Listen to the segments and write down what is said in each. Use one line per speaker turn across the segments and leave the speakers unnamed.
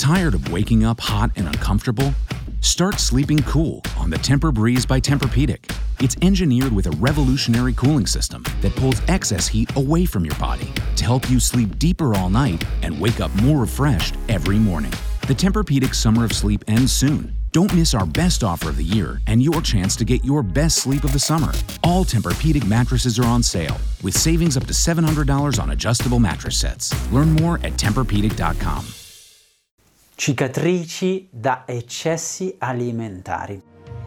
Tired of waking up hot and uncomfortable? Start sleeping cool on the Tempur-Breeze by Tempur-Pedic. It's engineered with a revolutionary cooling system that pulls excess heat away from your body to help you sleep deeper all night and wake up more refreshed every morning. The Tempur-Pedic Summer of Sleep ends soon. Don't miss our best offer of the year and your chance to get your best sleep of the summer. All Tempur-Pedic mattresses are on sale, with savings up to $700 on adjustable mattress sets. Learn more at TempurPedic.com.
Cicatrici da eccessi alimentari.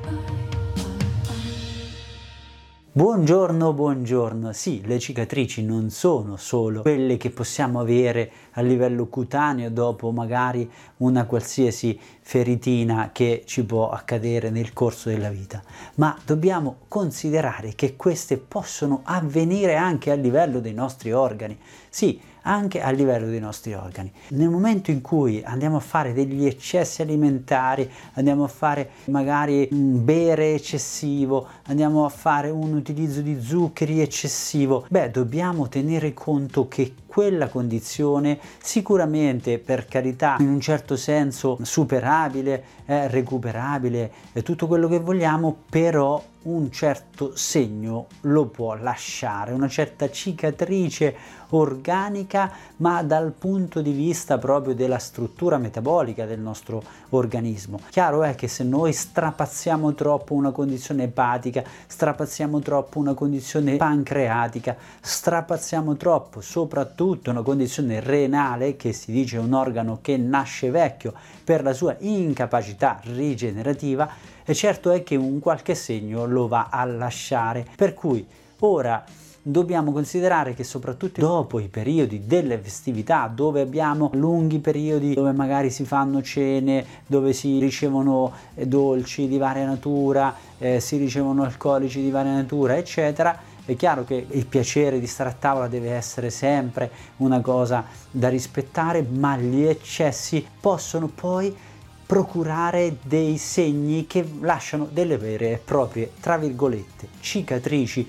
Buongiorno. Sì, le cicatrici non sono solo quelle che possiamo avere a livello cutaneo dopo magari una qualsiasi feritina che ci può accadere nel corso della vita, ma dobbiamo considerare che queste possono avvenire anche a livello dei nostri organi. Sì, anche a livello dei nostri organi. Nel momento in cui andiamo a fare degli eccessi alimentari, andiamo a fare magari un bere eccessivo, andiamo a fare un utilizzo di zuccheri eccessivo, dobbiamo tenere conto che quella condizione sicuramente, per carità, in un certo senso superabile, recuperabile, tutto quello che vogliamo, però un certo segno lo può lasciare, una certa cicatrice organica, ma dal punto di vista proprio della struttura metabolica del nostro organismo. Chiaro è che se noi strapazziamo troppo una condizione epatica, strapazziamo troppo una condizione pancreatica, strapazziamo troppo soprattutto una condizione renale, che si dice un organo che nasce vecchio per la sua incapacità rigenerativa, e certo è che un qualche segno lo va a lasciare. Per cui ora dobbiamo considerare che soprattutto dopo i periodi delle festività, dove abbiamo lunghi periodi dove magari si fanno cene, dove si ricevono dolci di varia natura, si ricevono alcolici di varia natura, eccetera, è chiaro che il piacere di stare a tavola deve essere sempre una cosa da rispettare, ma gli eccessi possono poi procurare dei segni che lasciano delle vere e proprie, tra virgolette, cicatrici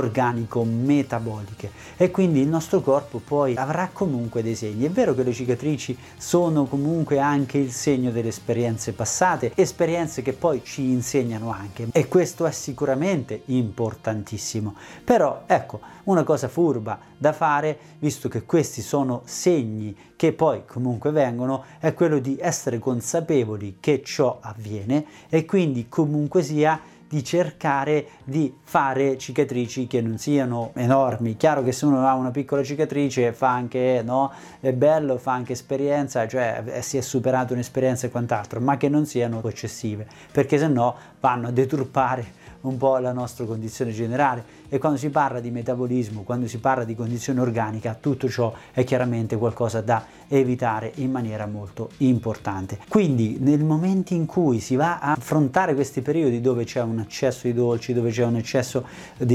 organico-metaboliche, e quindi il nostro corpo poi avrà comunque dei segni. È vero che le cicatrici sono comunque anche il segno delle esperienze passate, esperienze che poi ci insegnano anche, e questo è sicuramente importantissimo. Però ecco, una cosa furba da fare, visto che questi sono segni che poi comunque vengono, è quello di essere consapevoli che ciò avviene e quindi comunque sia di cercare di fare cicatrici che non siano enormi. Chiaro che se uno ha una piccola cicatrice fa anche, no, è bello, fa anche esperienza, cioè si è superato un'esperienza e quant'altro, ma che non siano eccessive, perché se no vanno a deturpare un po' la nostra condizione generale. E quando si parla di metabolismo, quando si parla di condizione organica, tutto ciò è chiaramente qualcosa da evitare in maniera molto importante. Quindi nel momento in cui si va a affrontare questi periodi dove c'è un eccesso di dolci, dove c'è un eccesso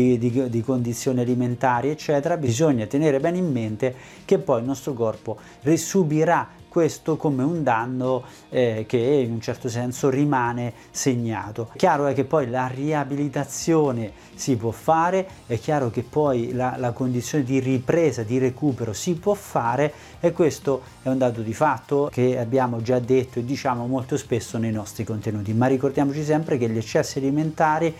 di condizioni alimentari, eccetera, bisogna tenere bene in mente che poi il nostro corpo risubirà questo come un danno che in un certo senso rimane segnato. Chiaro è che poi la riabilitazione si può fare, è chiaro che poi la condizione di ripresa, di recupero si può fare, e questo è un dato di fatto che abbiamo già detto e diciamo molto spesso nei nostri contenuti, ma ricordiamoci sempre che gli eccessi alimentari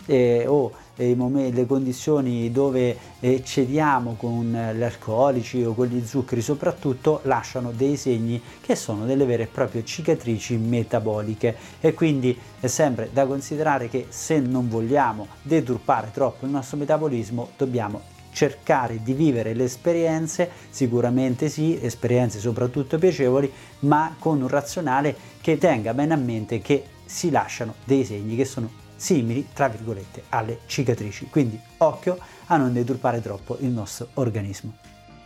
le condizioni dove eccediamo con gli alcolici o con gli zuccheri soprattutto lasciano dei segni che sono delle vere e proprie cicatrici metaboliche, e quindi è sempre da considerare che se non vogliamo deturpare troppo il nostro metabolismo dobbiamo cercare di vivere le esperienze, sicuramente sì, esperienze soprattutto piacevoli, ma con un razionale che tenga bene a mente che si lasciano dei segni che sono simili, tra virgolette, alle cicatrici. Quindi occhio a non deturpare troppo il nostro organismo.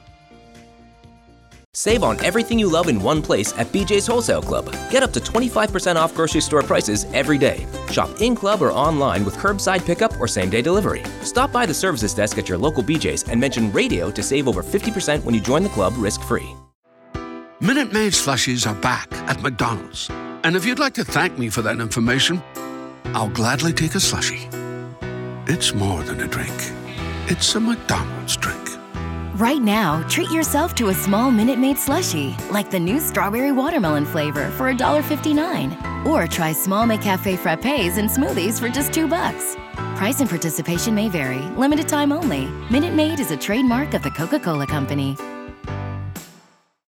Save on everything you love in one place at BJ's Wholesale Club. Get up to 25% off grocery store prices every day. Shop in-club or online with curbside pickup or same-day delivery. Stop by the services desk at your local BJ's and mention radio to save over 50% when you join the club risk-free.
Minute Maid slushies are back at McDonald's. And if you'd like to thank me for that information, I'll gladly take a slushie. It's more than a drink. It's a McDonald's drink.
Right now, treat yourself to a small Minute Maid slushie, like the new strawberry watermelon flavor for $1.59. Or try small McCafe frappes and smoothies for just $2. Price and participation may vary. Limited time only. Minute Maid is a trademark of the Coca-Cola Company.